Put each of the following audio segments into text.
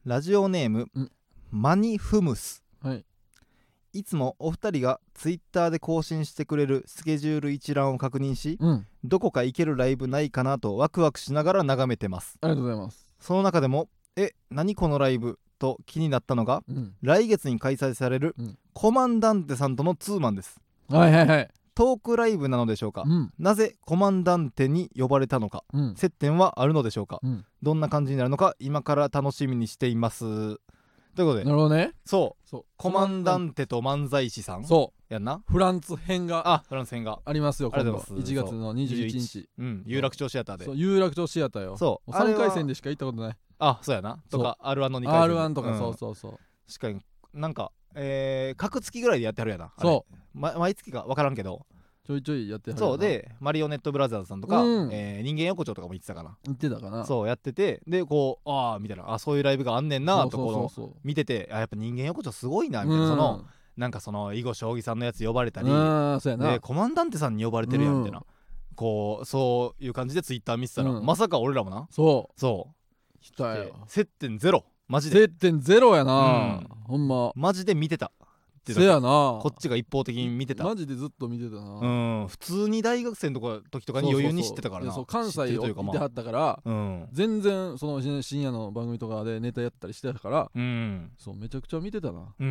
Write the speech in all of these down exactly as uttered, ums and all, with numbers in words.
ラジオネームマニフムス、 はい、 いつもお二人がツイッターで更新してくれるスケジュール一覧を確認し、 うん、 どこか行けるライブないかなとワクワクしながら眺めてます。 ありがとうございます。 その中でもえ何このライブと気になったのが、 うん、 来月に開催される、うん、コマンダンテさんとのツーマンです。 はいはいはい。 トークライブなのでしょうか、うん、なぜコマンダンテに呼ばれたのか、うん、接点はあるのでしょうか、うん、どんな感じになるのか今から楽しみにしています。ということで、 なるほどね。 そうそう、コマンダンテと漫才師さん、 そうやんな、 フランツ編があフランス編がありますよ。今度いちがつのにじゅういちにち、 うん、有楽町シアターで。 そう有楽町シアターよ。そうさんかい戦でしか行ったことない。 あそうやなとか アールワン のにかい戦アールワン とか、うん、そうそうそう。 しかになんかえー、各月ぐらいでやってはるやな。 そう、 ま、毎月か分からんけどちょいちょいやってはる。 そうでマリオネットブラザーズさんとか、うん、えー、人間横丁とかも言ってたかな。 言ってたかな。 そうやってて、でこうああみたいな、あそういうライブがあんねんなとこの見てて、あやっぱ人間横丁すごいなみたいな、うん、そのなんかその囲碁将棋さんのやつ呼ばれたり、 そうやな、 でコマンダンテさんに呼ばれてるやんみたいな、うん、こうそういう感じでツイッター見てたら、うん、まさか俺らもな、そうそう来たよ。接点ゼロ、マジで接点ゼロやな、うん、ほんまマジで見てた。 せやな、 こっちが一方的に見てた。 マジでずっと見てたな。 うん、普通に大学生の時とかに余裕に知ってたからな。 そうそうそう、関西を行ってはったから、うん、全然その深夜の番組とかでネタやったりしてたから、うん、そうめちゃくちゃ見てたな。うん、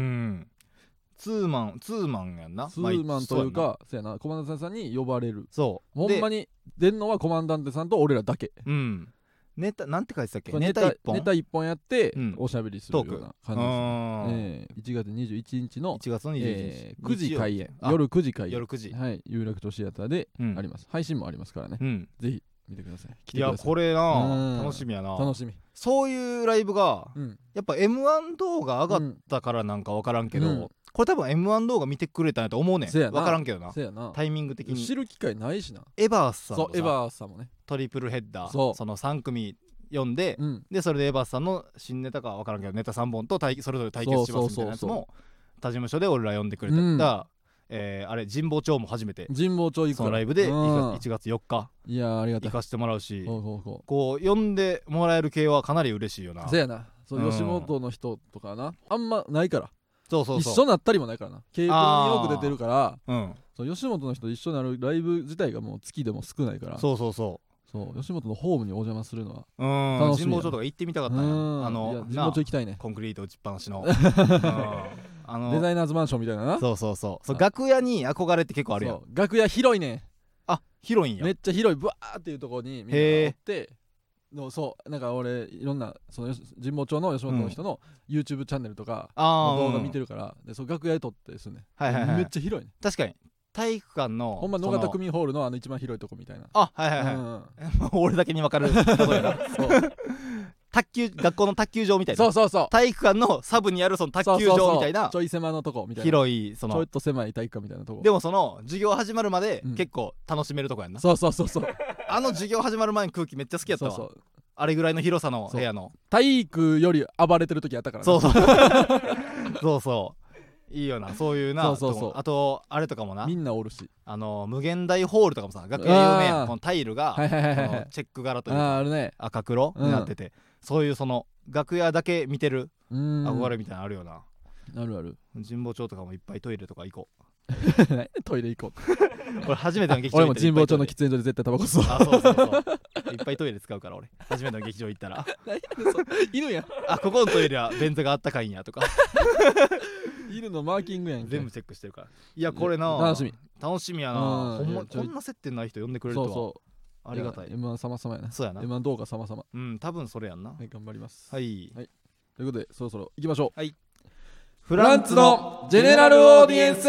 ツーマンツーマンやんな。 ツーマンというか、そうやな、コマンダンテさんに呼ばれる。そうほんまに出んのはコマンダンテさんと俺らだけ。うん、ネタなんて書いてたっけ。ネタいっぽんネタいっぽんやって、うん、おしゃべりするような感じですね。えー、いちがつにじゅういちにちのいちがつのにじゅういちにち、えー、くじ開演、夜くじ開演、夜くじ、はい、有楽町シアターであります、うん、配信もありますからね、うん、ぜひ見てください。来てください。いやこれな楽しみやな。楽しみ。そういうライブが、うん、やっぱ エムワン 動画上がったからなんか分からんけど、うん、これ多分 エムワン 動画見てくれたんやと思うねん。分からんけどな、なタイミング的に知る機会ないしな。エバースさんもさ、そうエバースさんもねトリプルヘッダー、 そ, そのさん組読んで、うん、でそれでエバースさんの新ネタか分からんけどネタさんぼんと対それぞれ対決しますみたいなやつも他事務所で俺ら呼んでくれた、うん、だえー、あれ神保町も初めて神保町行くそのライブでいちがつよっかいやありがたい行かしてもらうし、ほうほうほう、こう呼んでもらえる系はかなり嬉しいよな。そうやな、そう、うん、吉本の人とかなあんまないから。そうそうそう、一緒になったりもないからな。ケーブルによく出てるから、うん、そう吉本の人と一緒になるライブ自体がもう月でも少ないから。そうそうそうそう、吉本のホームにお邪魔するのは楽しみ。神保町とか行ってみたかったんや。あの神保町行きたいね。コンクリート打ちっぱなしのあのデザイナーズマンションみたいなな。そうそうそう、そう楽屋に憧れって結構あるやん。そう楽屋広いね。あ広いんや。めっちゃ広いブワーっていうところにみんながおっての、そうなんか俺いろんなその神保町の吉本の人の YouTube チャンネルとかの動画見てるから、でそう楽屋で撮ってですね、はいはいはい、めっちゃ広いね。確かに体育館のほんま野方区民ホールのあの一番広いとこみたいな。あはいはいはい、うんうん、俺だけに分かる例えなそう卓球学校の卓球場みたいな。そうそうそう、体育館のサブにあるその卓球場みたいな、そうそうそう、ちょい狭のとこみたいな、広いそのちょっと狭い体育館みたいなとこ。でもその授業始まるまで結構楽しめるとこやんな、うん、そうそうそうそうあの授業始まる前の空気めっちゃ好きやったわ。そうそう、あれぐらいの広さの部屋の体育より暴れてる時あったからな。そうそうそうそういいよなそういうな。そうそうそう、あとあれとかもな、みんなおるし、あの無限大ホールとかもさ、楽屋有名やん。このタイルが、はいはいはいはい、このチェック柄というか、ああるね、赤黒になってて、うん、そういうその楽屋だけ見てる憧れみたいなのあるよな。あるある。神保町とかもいっぱいトイレとか行こうトイレ行こう俺初めての劇場行ったら俺も神保町の喫煙所で絶対タバコ吸う。あそうそうそういっぱいトイレ使うから俺初めての劇場行ったら犬やあここのトイレは便座があったかいんやとか犬のマーキングやん全部チェックしてるから。いやこれな楽しみ楽しみやな。ほんまこんな接点ない人呼んでくれるとは。そうそうありがたい。 エムワン 様々やな。そうやな エムワン 動画様々。うん多分それやんな。はい頑張ります。はい、はい、ということでそろそろ行きましょう。はい、フランツのジェネラルオーディエンス。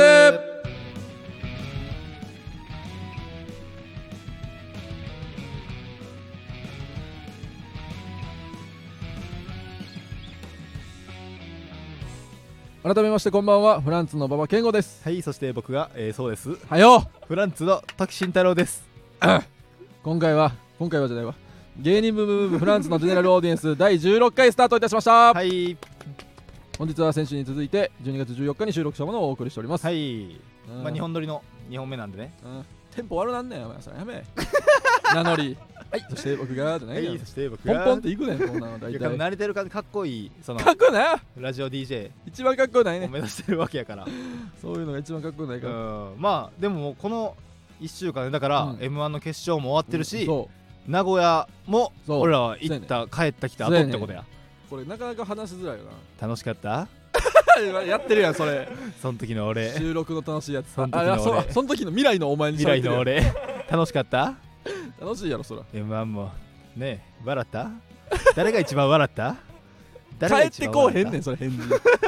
改めましてこんばんは、フランツの馬場健吾です。はい、そして僕が、えー、そうですはよフランツの時慎太郎です。今回は今回はじゃないわ芸人ブームブームフランツのジェネラルオーディエンスだいじゅうろっかいスタートいたしました。はい、本日は先週に続いてじゅうにがつじゅうよっかに収録したものをお送りしております。はい、まあにほん撮りのにほんめなんでね、うん、テンポ悪なんねんお前それやめ名乗りはいそして僕がじゃないはいそして僕がポンポンっていくねんこんなの大体慣れてる感じかっこいいそのかっこないラジオ ディージェー一番かっこないね目指してるわけやからそういうのが一番かっこないからまあでもこのいっしゅうかんでだから、うん、エムワン の決勝も終わってるし、 うん、 名古屋も俺らは行った、ね、帰ってきた後ってことや、ね、 これなかなか話しづらいよな楽しかったやってるやんそれその時の俺収録の楽しいやつその時の俺その時の未来のお前に未来の俺楽しかった楽しいやろそらエムワン もねえ笑った誰が一番笑った帰ってこうへんねんそれ返事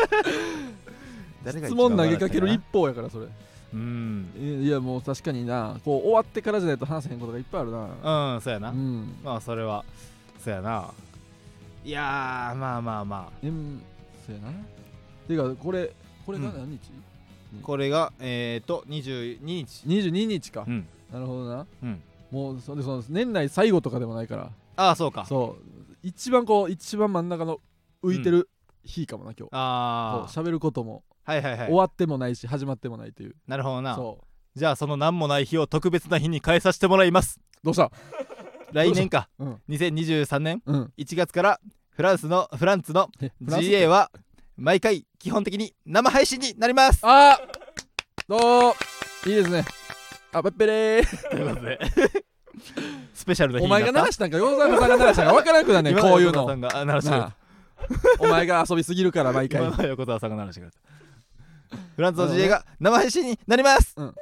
質問投げかける一方やからそれうんいやもう確かになこう終わってからじゃないと話せへんことがいっぱいあるなうんそうやな、うん、まあそれはそうやないやーまあまあまあえんそうやなてかこれこれが何日、 うん、これがえーとにじゅうににちにじゅうににちか、うん、なるほどな、うん、もうそでその年内最後とかでもないからああそうかそう一番こう一番真ん中の浮いてる日かもな、うん、今日ああ喋ることもはいはいはい終わってもないし始まってもないというなるほどなそうじゃあその何もない日を特別な日に変えさせてもらいますどうした来年か、うん、にせんにじゅうさんねん、うん、いちがつからフランスのフランツの ジーエー は毎回基本的に生配信になりますあどういいですねあペッペレーということでスペシャルな日になったお前が鳴らしたんかヨーザーさんが鳴らしたんか分からなくなんねんこういうのお前が遊びすぎるから毎回今の横澤さんが鳴らしてくれたフランスの ジーエー が生配信になります、 うん、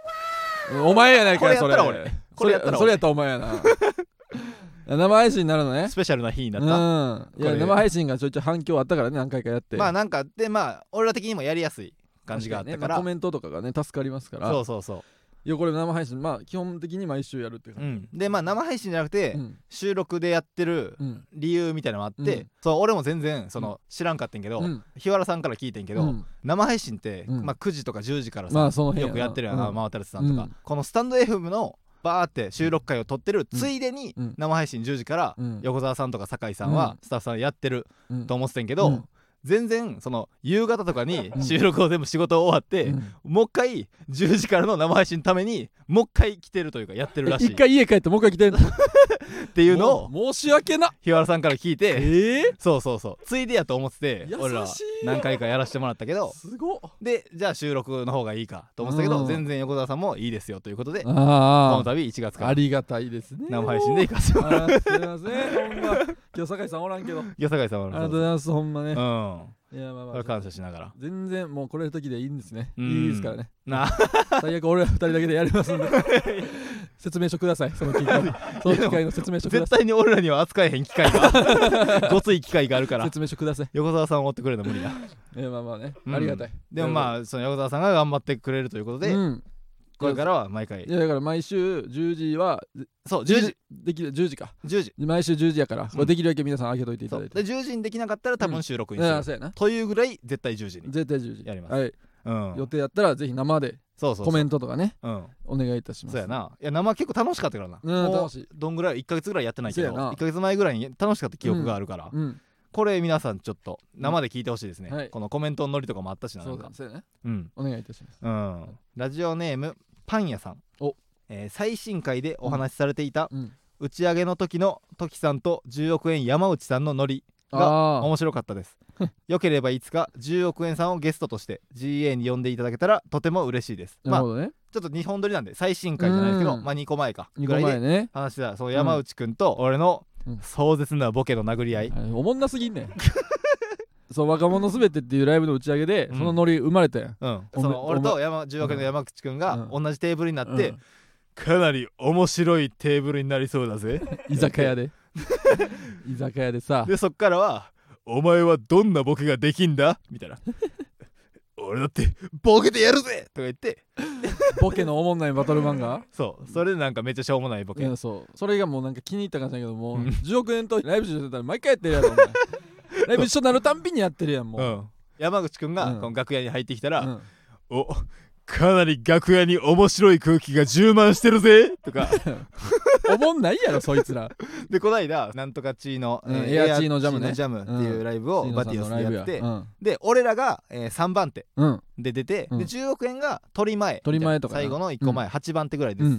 お前やないかいそれこれやったら俺それやったらお前やな生配信になるのねスペシャルな日になった、 うん、いや生配信がちょいちょい反響あったからね何回かやってまあなんかでまあ俺ら的にもやりやすい感じがあったから、ねまあ、 コメントとかがね助かりますからそうそうそういやこれ生配信まあ基本的に毎週やるっていう感じ、うん、でまあ生配信じゃなくて、うん、収録でやってる理由みたいなのがあって、うん、そう俺も全然その、うん、知らんかったんけど、うん、日原さんから聞いてんけど、うん、生配信って、まあ、くじとかじゅうじからさ、まあ、よくやってるやな真渡さんとか、このスタンド エフエム のバーって収録回を撮ってるついでに生配信じゅうじから横澤さんとか酒井さんはスタッフさんやってると思ってたんけど、全然その夕方とかに収録を全部仕事終わって、うん、もう一回じゅうじからの生配信のためにもう一回来てるというかやってるらしい一回家帰ってもう一回来てるっていうのを申し訳な日原さんから聞いて、 えー、 そうそうそうついでやと思ってて俺ら何回かやらせてもらったけどすごっでじゃあ収録の方がいいかと思ってたけど、うん、全然横澤さんもいいですよということでこの度いちがつからありがたいですね生配信で行かせてもらうすいませんほんま今日酒井さんおらんけど今日酒井さんおらんありがとうございますほんまねうんいやまあまあ感謝しながら全然もう来れる時でいいんですねいいですからねな最悪俺らふたりだけでやりますんで説明書くださいその機会その機会の説明書ください絶対に俺らには扱えへん機会がごつい機会があるから説明書ください横澤さんを追ってくれるの無理やいやまあまあね、うん、ありがたいでもまあその横澤さんが頑張ってくれるということで、うん、これからは毎回いやだから毎週じゅうじはそうじゅうじできるじゅうじかじゅうじ毎週じゅうじやから、うん、できるだけ皆さん開けといていただいてでじゅうじにできなかったら多分収録にする、うん、そうやなというぐらい絶対じゅうじに絶対じゅうじやります、 はいうん、予定やったらぜひ生でそうそうそうコメントとかね、うん、お願いいたします。 そうやないや生結構楽しかったからな、 うん、楽しいどんぐらいいっかげつぐらいやってないけどいっかげつまえぐらいに楽しかった記憶があるから、うんうん、これ皆さんちょっと生で聞いてほしいですね、うんはい、このコメントのノリとかもあったしな、なんかそうだね、うん、お願いいたします、 うん、ラジオネームパン屋さんお、えー、最新回でお話しされていた、うん、打ち上げの時のトキさんとじゅうおくえん山内さんのノリが面白かったですよければいつかじゅうおくえんさんをゲストとして ジーエー に呼んでいただけたらとても嬉しいです。 なるほどね、 まあ、ちょっとにほん撮りなんで最新回じゃないですけど、まあにこまえかぐらいで話してた、その山内くんと俺の壮絶なボケの殴り合い、 うん、おもんなすぎんねんそう若者すべてっていうライブの打ち上げで、うん、そのノリ生まれたやん、 うん、その俺と山じゅうおくえんの山口くんが同じテーブルになって、うん、かなり面白いテーブルになりそうだぜ居酒屋で居酒屋でさでそっからはお前はどんなボケができんだみたいな俺だってボケてやるぜとか言ってボケのおもんないバトル漫画そうそれでなんかめっちゃしょうもないボケ、 いやそうそれがもうなんか気に入った感じだけども、うん、じゅうおくえんとライブしてたら毎回やってるやろお前ライブ一緒になるたんびにやってるやんもう、うん、山口くんがこの楽屋に入ってきたら、うん、おかなり楽屋に面白い空気が充満してるぜとかおもんないやろそいつらでこないだなんとかチーノ、 うん、エアチーノジャムねジャムっていうライブをバティオスでやって、うん、で俺らが、えー、さんばん手で出て、うん、でじゅうおくえんが取り前取り前とか最後のいっこまえ、うん、はちばん手ぐらいで出て、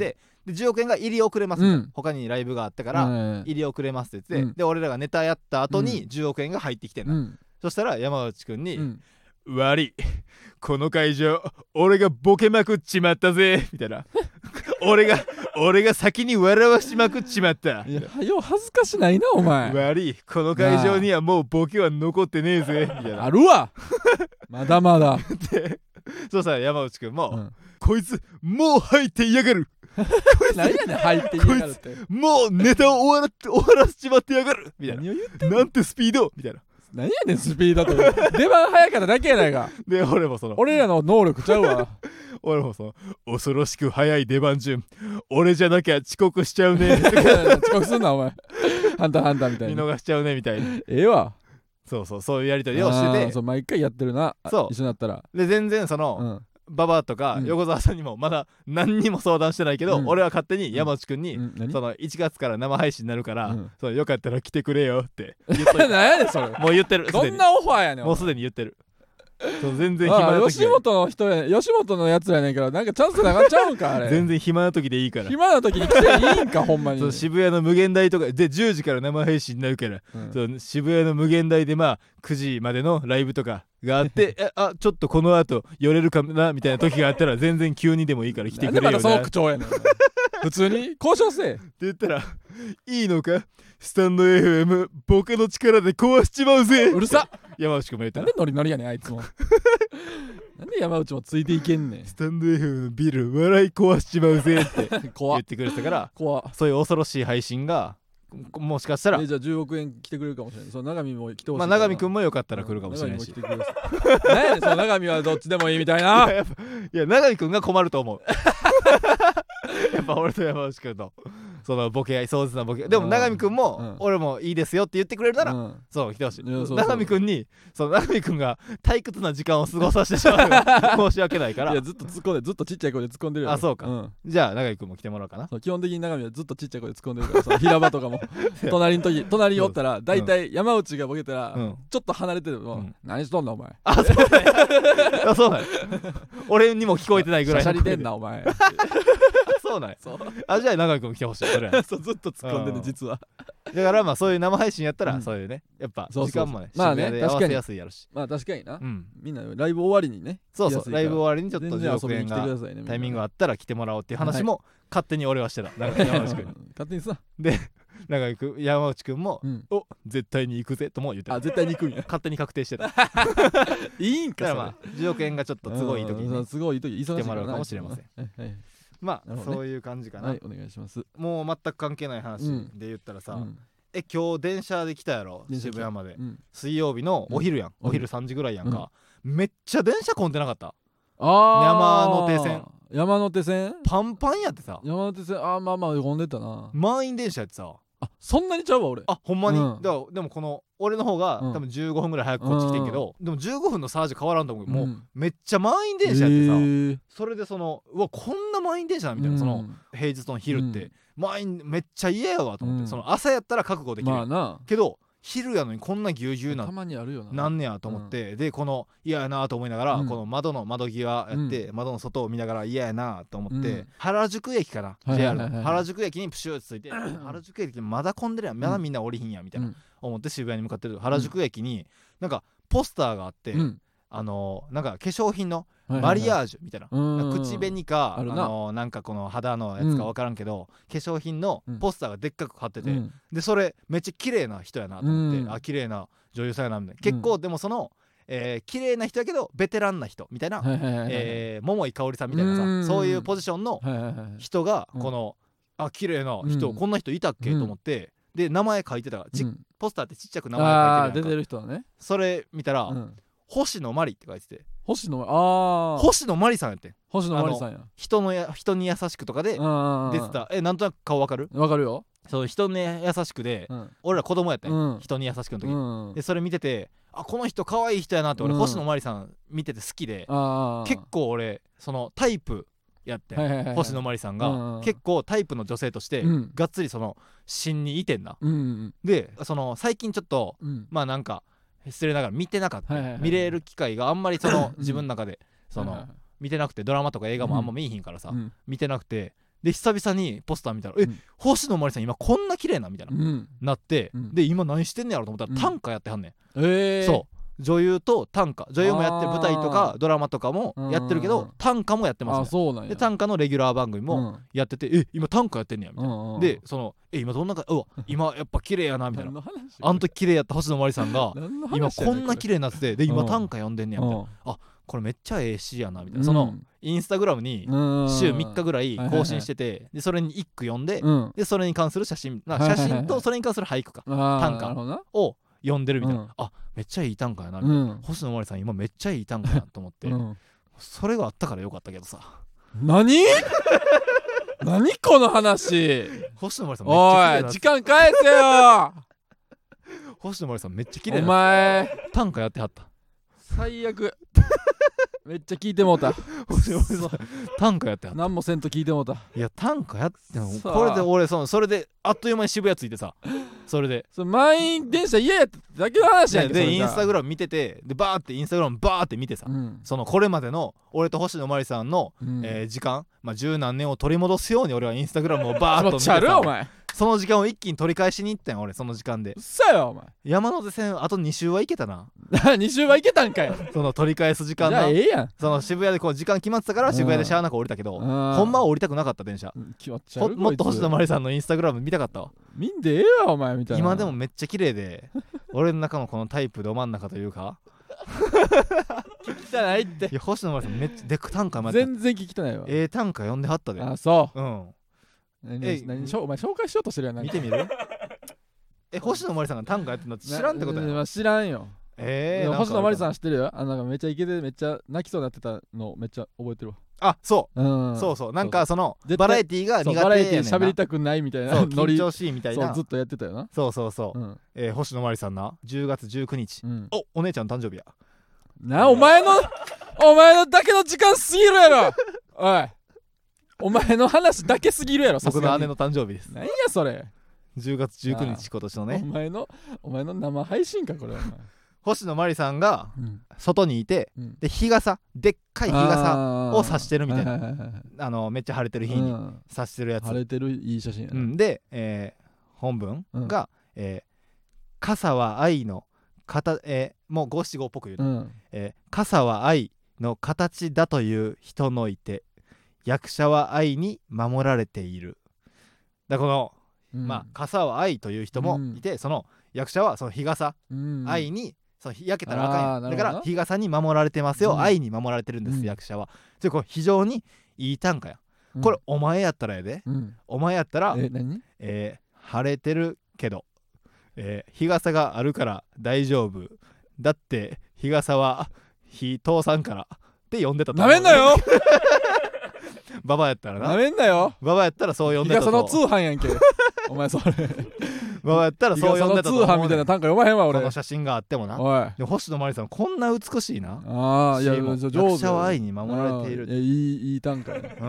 でじゅうおくえんが入り遅れます、うん、他にライブがあったから入り遅れますって言って、うん、で俺らがネタやった後にじゅうおくえんが入ってきてんの、うん、そしたら山内くんに、うん、悪いこの会場俺がボケまくっちまったぜみたいな俺が俺が先に笑わしまくっちまった。 いやよ恥ずかしないなお前。 悪いこの会場にはもうボケは残ってねえぜみたいな。 あるわまだまだでそうしたら山内くんも、うん、こいつもう入っていやがる何やねん入っていやがるってもうネタを終わら終わらせちまってやがるみたいな。何を言ってんのなんてスピードみたいな。 何やねんスピードって出番早かっただけやないか。 で俺もその俺らの能力ちゃうわ俺もその恐ろしく早い出番順俺じゃなきゃ遅刻しちゃうね遅刻すんなお前ハンターハンターみたいに見逃しちゃうねみたいにええわ。 そうそうそういうやりとりをしててそう毎回やってるな。そう一緒になったらで全然その、うんババアとか横澤さんにもまだ何にも相談してないけど、うん、俺は勝手に山内くんに、うん、そのいちがつから生配信になるから、うん、そのよかったら来てくれよって言っといて何やねんそれもう言ってる。 どんなオファーやねんもうすでに言ってる。そう全然暇な時吉本の人や吉本のやつやねんからなんかチャンスながっちゃうんかあれ全然暇な時でいいから暇な時に来ていいんかほんまにそう渋谷の無限大とかでじゅうじから生配信になるから、うん、そう渋谷の無限大でまあくじまでのライブとかがあってあちょっとこの後寄れるかなみたいな時があったら全然急にでもいいから来てくれよな。 なんでまだその口調やねん普通に交渉せえって言ったらいいのかスタンド エフエム ボケの力で壊しちまうぜうるさっ山内くんも言ったらなんでノリノリやねんあいつもなんで山内もついていけんねん。 スタンド エフエム のビル笑い壊しちまうぜって言ってくれてたから怖そういう恐ろしい配信がもしかしたらえじゃあじゅうおくえん来てくれるかもしれない。その長見も来てほしい。 まあ長見くんもよかったら来るかもしれないし、 うん、長見も来てくれ何やねんその長見はどっちでもいいみたいな。 いや、いや長見くんが困ると思うやっぱ俺と山内くんのそのボケ合い壮絶なボケでも長見くんも、うん、俺もいいですよって言ってくれるなら、うん、そう来てほしい。長見くんにその長見くんが退屈な時間を過ごさせてしまうの申し訳ないからいやずっと突っ込んでずっとちっちゃい声で突っ込んでるよ。 あそうか、うん、じゃあ長見くんも来てもらおうかな。 そう基本的に長見はずっとちっちゃい声で突っ込んでるからその平場とかも隣の時隣におったらだいたい山内がボケたら、うん、ちょっと離れてるの、うん、何しとんのお前。 あそうだよあそうだよ俺にも聞こえてないぐらいしゃしゃりでんなお前そうなんや。あじゃあ長見くん来てほしいそれそうずっと突っ込んでる実は。 だからまあそういう生配信やったら、うん、そういうねやっぱ時間もねまあね渋谷で合わせやすいやろしまあ確かにな、うん、みんなライブ終わりにねそうそうライブ終わりにちょっとじゅうおくえんがタイミングがあったら来てもらおうっていう話も勝手に俺はしてた山内くんに勝手にさで長井くん山内くんも、うん、お絶対に行くぜとも言ってた。 あ絶対に行くんや勝手に確定してたいいんかそれ、まあ、 じゅうおくえんがちょっと都合いい時に、ね、 すごいいい時来てもらうかもしれません、はいまあ、ね、そういう感じかな。 はいお願いします。 もう全く関係ない話で言ったらさ、うん、え今日電車で来たやろ渋谷まで、うん、水曜日のお昼やん、うん、お昼さんじぐらいやんか、うん、めっちゃ電車混んでなかった？あ山手線山手線パンパンやってさ。 山手線あまあまあ混んでたな。 満員電車やってさ。 あそんなにちゃうわ俺。 あほんまに、うん、だからでもこの俺の方が、うん、多分じゅうごふんぐらい早くこっち来てんけど、うん、でもじゅうごふんの差じ変わらんと思うけど、うん、もうめっちゃ満員電車やってさ、えー、それでそのうわこんな満員電車なみたいな、うん、その平日の昼って、うん、満員めっちゃ嫌やわと思って、うん、その朝やったら覚悟できる、まあなけど昼やのにこんなぎゅうぎゅうなたまにあるよななんねやと思って、うん、でこの嫌やなと思いながら、うん、この窓の窓際やって、うん、窓の外を見ながら嫌やなと思って、うん、原宿駅かな、はいはいはいはい、ジェイアール の原宿駅にプシューってついて原宿駅まだ混んでるやんまだみんな降りひんやみたいな、うん、思って渋谷に向かってる原宿駅になんかポスターがあって、うん、あのー、なんか化粧品のマリアージュみたいな、はいはいはい、口紅か あ, あのー、なんかこの肌のやつか分からんけど、うん、化粧品のポスターがでっかく貼ってて、うん、でそれめっちゃ綺麗な人やなと思って、うん、あ綺麗な女優さんやなみたいな、結構でもその、えー、綺麗な人やけどベテランな人みたいな、はいはいはいはい、えー、桃井かおりさんみたいなさ、うん、そういうポジションの人がこの、うん、あ綺麗な人、うん、こんな人いたっけ、うん、と思ってで名前書いてたから、うん、ポスターってちっちゃく名前書いてるやんか。 出てる人はね。それ見たら、うん、星野真里って書いてて星野あ星野真里さんやってん。 星野真里さんや人のや人に優しくとかで出てた。えなんとなく顔わかる？ わかるよ。 その人に優しくで、うん、俺ら子供やったん、うん、人に優しくの時、うん、でそれ見ててあこの人可愛い人やなって俺、うん、星野真里さん見てて好きで結構俺そのタイプやって、はいはいはいはい、星野真里さんが、うん、結構タイプの女性として、うん、がっつりその芯にいてんな、うんうん、でその最近ちょっと、うん、まあなんか失礼ながら見てなかった、はいはいはい、見れる機会があんまりその自分の中でその、はいはいはい、見てなくてドラマとか映画もあんま見えひんからさ、うん、見てなくてで久々にポスター見たら、うん、え星野真里さん今こんな綺麗なみたいな、うん、なって、うん、で今何してんねやろと思ったら、短歌やってはんねん、えー、そう女優と短歌、女優もやって舞台とかドラマとかもやってるけど短歌もやってますね。で短歌のレギュラー番組もやってて、うん、え今短歌やってんねやみたいな。でそのえ今どんなかうわ今やっぱ綺麗やなみたいなあの時綺麗やった星野真里さんが今こんな綺麗になっててで今短歌読んでんねやみたいな、あこれめっちゃええ詩やなみたいな、うん、そのインスタグラムに週みっかぐらい更新してて、でそれに一句読んで、うん、でそれに関する写真、写真とそれに関する俳句か短歌を読んでるみたいな、うん、あめっちゃいい短歌やなみたいな、うん、星野真里さん今めっちゃいい短歌やと思って、うん、それがあったからよかったけどさ。 何何この話。 星野真里さんめっちゃ綺麗な、 おい時間返せよ星野真里さんめっちゃ綺麗なお前短歌やってはった。 最悪めっちゃ聞いてもうた短歌やってはった。 何もせんと聞いてもうた。 いや短歌やってもこれで俺そのそれであっという間に渋谷着いてさ、それでそれ満員電車嫌やっただけの話やんけ。 でインスタグラム見ててでバーってインスタグラムバーって見てさ、うん、そのこれまでの俺と星野真里さんの、うんえー、時間まあ十何年を取り戻すように俺はインスタグラムをバーっと見てさお前その時間を一気に取り返しに行ったん俺その時間で。 うっさよお前。 山手線あとに周は行けたなに周は行けたんかよその取り返す時間な。 じゃあええやん。 その渋谷でこう時間決まってたから渋谷でシャーなく降りたけど、うん、ほんまは降りたくなかった電車。 気持ち悪いもっと星野真里さんのインスタグラム見たかったわ。 見んでええわお前みたいな。 今でもめっちゃ綺麗で俺の中のこのタイプど真ん中というか聞きたないって。 いや星野真里さんめっちゃでっか短歌全然聞きたないわ。 ええー、短歌読んではったで。 あそううん何何しょお前紹介しようとしてるやん。 見てみるえ星野真里さんが短歌やってんの知らんってことやな。 知らんよ。 えー、 星野真里さん知ってるよ。あなんかめっちゃイケでめっちゃ泣きそうになってたのめっちゃ覚えてるわ。 あそう、うん、そうそうなんかそのバラエティーが苦手やねんな。バラエティー喋りたくないみたいなノリ緊張しいみたいなそうずっとやってたよな。 そうそうそう、うんえー、星野真里さんなじゅうがつじゅうくにち、うん、おお姉ちゃん誕生日やな。お前のお前のだけの時間すぎるやろおいお前の話だけすぎるやろ。 僕の姉の誕生日です。 何やそれじゅうがつじゅうくにち今年のね。 お前のお前の生配信かこれお前星野真里さんが外にいて、うん、で日傘でっかい日傘を差してるみたいな あ, あのめっちゃ晴れてる日に差してるやつ。 晴れてるいい写真や、ねうん、で、えー、本文が、うんえー、傘は愛の形、えー、もう五七五っぽく言うと、うんえー、傘は愛の形だという人のいて役者は愛に守られている。だこの、うん、まあ傘は愛という人もいて、うん、その役者はその日傘、うん、愛にその焼けたらあかんやん。だから日傘に守られてますよ、うん、愛に守られてるんです、うん、役者は。それこれ非常にいい短歌や、うん、これお前やったらやで、うん、お前やったらえ何、 えー、晴れてるけど、えー、日傘があるから大丈夫だって日傘は日通さんからって呼んでたとなめんなよババやったらななめんなよババやったらそう呼んでたと。 日傘の通販やんけお前それババやったらそう呼んでたと思う、ね、 通販みたいな短歌読まへんわ俺。 この写真があってもな。 おいでも星野真里さんこんな美しいな。 ああいや役者は愛に守られている。 いやいいいい短歌や、ね、うん、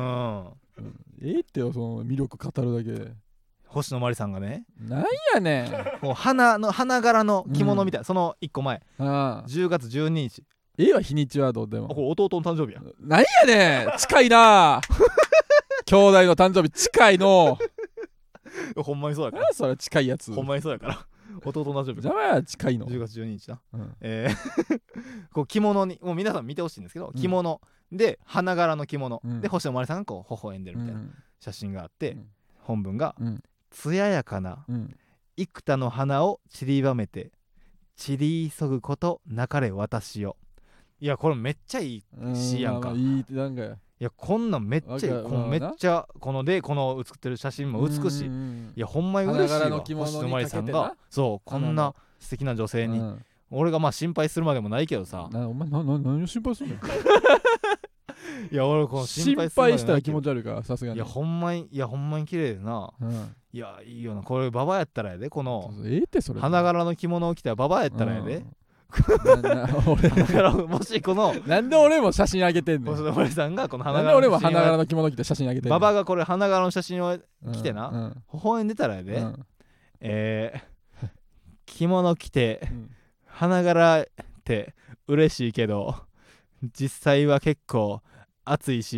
うん、ええってよその魅力語るだけで。 星野真里さんがねなんやねんもう花の花柄の着物みたいな、うん、そのいっこまえあじゅうがつじゅうににちええわ日にちはどうでも。 これ弟の誕生日や。 なんやねん近いな兄弟の誕生日近いのほんまにそうやから。 それ近いやつほんまにそうやから弟の誕生日邪魔や近いのじゅうがつじゅうににちな、うんえー、こう着物にもう皆さん見てほしいんですけど、着物で花柄の着物、うん、で星野真里さんがこう微笑んでるみたいな写真があって、うん、本文が、うん艶やかな、うん、幾多の花を散りばめて散り急ぐことなかれ私よ。いやこれめっちゃいい詩やんか。 いいなんかや。 いやこんなんめっちゃいい。このめっちゃこのでこの写ってる写真も美しい。いやほんまに嬉しいわ。星野真里さんがそうこんな素敵な女性に、うん、俺がまあ心配するまでもないけどさ。 なお前なな何を心配するのいや俺この心配する心配したら気持ち悪いからさすがに。 いやほんまにいやほんまに綺麗でな、うん、いやいいよなこれババやったらやでこのええってそれ花柄の着物を着たババやったらやで、うん、なな俺だからもしこのなんで俺も写真あげてんの星野真里さんがこの花柄の写真なんで俺も花柄の着物着て写真あげてんの。 ババがこれ花柄の写真を着てな、うんうん、微笑んでたらやで、うん、えー、着物着て、うん、花柄って嬉しいけど実際は結構暑いし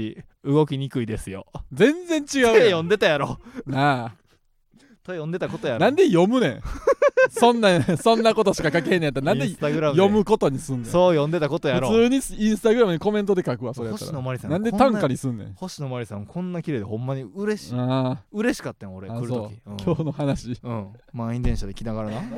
動きにくいですよ。 全然違うやん。 手読んでたやろなあ、 手読んでたことやろ。 なんで読むねんそんなそんなことしか書けへんねやったらなんで読むことにすんねん。 そう読んでたことやろ。 普通にインスタグラムにコメントで書くわそれやったら。 星野真里さんなんで短歌にすんねん。 星野真里さんこんな綺麗でほんまに嬉しい。あ嬉しかったよ俺来るとき、 うん、今日の話、 うん、満員電車で来ながらな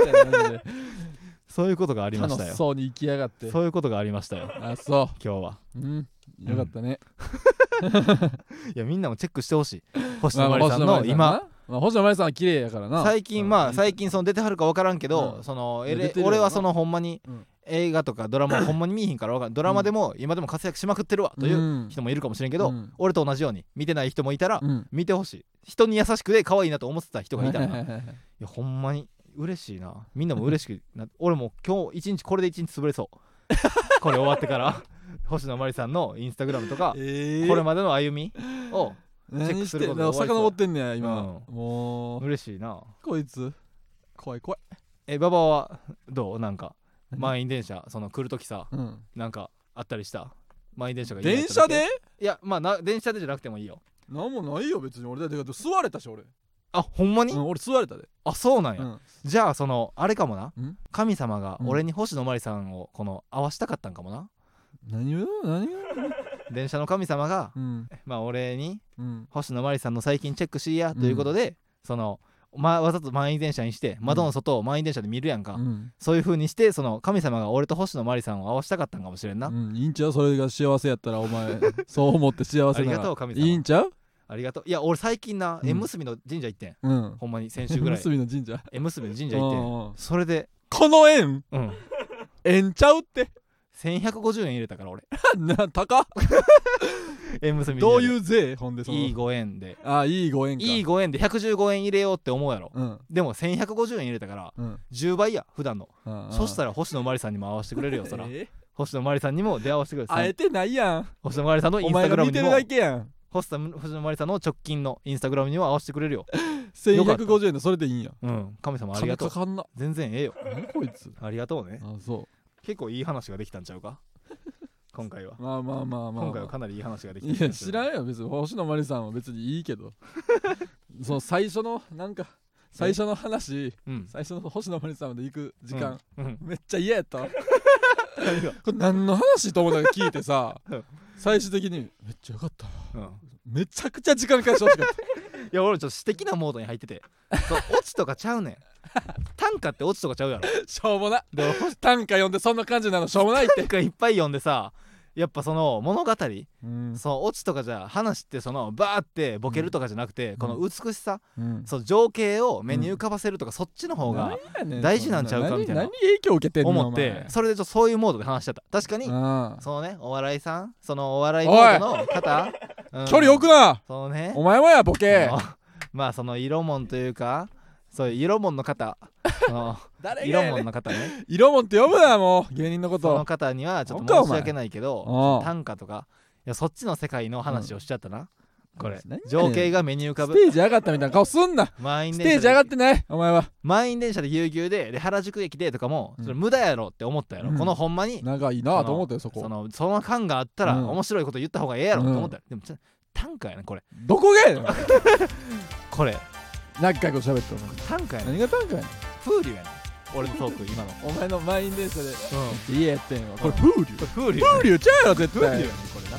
そういうことがありましたよ。 楽しそうに行きやがって。 そういうことがありましたよ。 あそう今日は、 うん、よかったね、 うん、いやみんなもチェックしてほしい星野真里さんの今、 まあ、星野真里さんは綺麗やからな。 最近まあ最近その出てはるか分からんけど、うん、そのエレ俺はそのほんまに映画とかドラマほんまに見えへんから分からん。ドラマでも今でも活躍しまくってるわという人もいるかもしれんけど、うん、俺と同じように見てない人もいたら見てほしい。人に優しくて可愛いなと思ってた人がいたらいやほんまに嬉しいな。みんなも嬉しくな俺も今日一日これで一日潰れそうこれ終わってから星野真里さんのインスタグラムとか、えー、これまでの歩みをチェックすることが遡ってんねや今、うん、もう嬉しいなこいつ。怖い怖い。 え馬場はどうなんか満員電車その来るときさ、うん、なんかあったりした。満員電車がいい電車で。 いやまあな電車でじゃなくてもいいよ。 なんもないよ別に。俺だって座れたし俺。 あほんまに、 うん、俺座れたで。 あそうなんや、うん、じゃあそのあれかもな、神様が俺に星野真里さんをこの会わしたかったんかもな。 何を何を電車の神様が、うん、まあ俺に、うん、星野真里さんの最近チェックしいやということで、うん、その、ま、わざと満員電車にして窓の外を満員電車で見るやんか、うん、そういう風にしてその神様が俺と星野真里さんを会わしたかったんかもしれんな、うん、 いいんちゃう。それが幸せやったらお前そう思って幸せならありがとう神様。いいんちゃう。 ありがとう。いや俺最近な、うん、縁結びの神社行ってん、うん、ほんまに先週ぐらい縁結びの神社縁結びの神社行ってんそれでこの縁うん縁ちゃうってせんひゃくごじゅうえん入れたから俺な高っ縁結びどういう税ほんでそのいいご縁で。 あいいご縁か。 いいご縁でひゃくじゅうごえん入れようって思うやろ、うん、でもせんひゃくごじゅうえん入れたから、うん、じゅうばいや普段の、うん、そしたら星野真里さんにも会わせてくれるよそら、えー、星野真里さんにも出会わせてくれる。 会えてないやん。 星野真里さんのインスタグラムにもお前が見てるだけやん。 星野真里さんの直近のインスタグラムにも合わせてくれるよせんひゃくごじゅうえんでそれでいいんや。 うん神様ありがとう。 金かかんな。 全然ええよ。 何こいつありがとうね。 あそう結構いい話ができたんちゃうか今回は。 まあまあまあまあ、まあ、 今回はかなりいい話ができた。 いや知らんよ別に。星野真里さんは別にいいけどその最初のなんか最初の話、うん、最初の星野真里さんまで行く時間、うんうん、めっちゃ嫌やったこれ何の話と思ったら聞いてさ最終的にめっちゃよかった、うん、めちゃくちゃ時間返してほしかったいや俺ちょっと詩的なモードに入っててそうオチとかちゃうねん短歌ってオチとかちゃうやろしょうもな。短歌読んでそんな感じなのしょうもないって。 短歌いっぱい読んでさやっぱその物語、うん、そのオチとかじゃ話ってそのバーってボケるとかじゃなくて、うん、この美しさ、うん、その情景を目に浮かばせるとか、うん、そっちの方が大事なんちゃうかみたいな何影響受けてんの思ってそれでちょっとそういうモードで話しちゃった。確かにそのねお笑いさんそのお笑いモードの方、 うん、距離置くなそのねお前もやボケまあその色もんというかそういう色もんの方誰色もんの方ね色もんって呼ぶなもう芸人のこと。 その方にはちょっと申し訳ないけど短歌とかいやそっちの世界の話をしちゃったな、うん、これ情景が目に浮かぶ。 ステージ上がったみたいな顔すんな。 満員電車ステージ上がってないお前は。 満員電車でぎゅうぎゅうでで原宿駅でとかも、うん、それ無駄やろって思ったやろ、うん、このほんまに長いなと思ったよそこ。 そのその感があったら、うん、面白いこと言った方がええやろと思ったよ、うん、でもちょ短歌やねこれ。 どこがやねんこれ何回か喋ったの短歌やね何が短歌やねん。 風流やね俺のトーク今のお前の満員電車でうん家やってんわこれ風流。 風流風流ちゃうよ絶対。 風流やねこれな。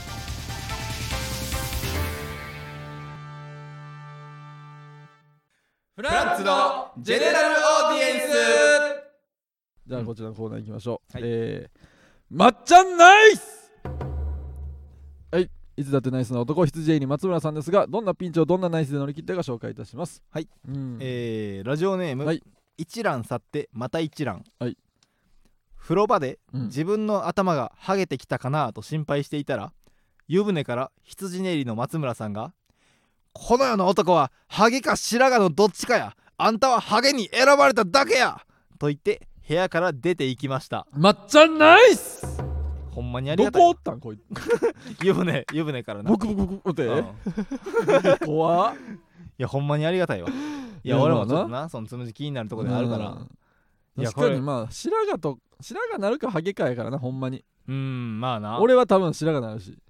フランツのジェネラルオーディエンス。じゃあこちらのコーナー行きましょう、うん、えー、まっちゃんナイス。はいいつだってナイスな男羊入り松村さんですがどんなピンチをどんなナイスで乗り切ったか紹介いたします。 はい、うん、えー、ラジオネーム、はい、一蘭去ってまた一蘭、はい、風呂場で自分の頭がハゲてきたかなと心配していたら、うん、湯船から羊練りの松村さんがこの世の男はハゲか白髪のどっちかやあんたはハゲに選ばれただけやと言って部屋から出て行きました。 まっちゃんナイス。 ほんまにありがたい。 どこおったんこいつ湯船湯船からなブクブクブクって、うん、怖っ。いやほんまにありがたいわ。いや俺もちょっとなそのつむじ気になるところであるから、 うん、確かにまあ白髪と白髪なるかハゲかやからなほんまに。 うんまあな俺は多分白髪なるし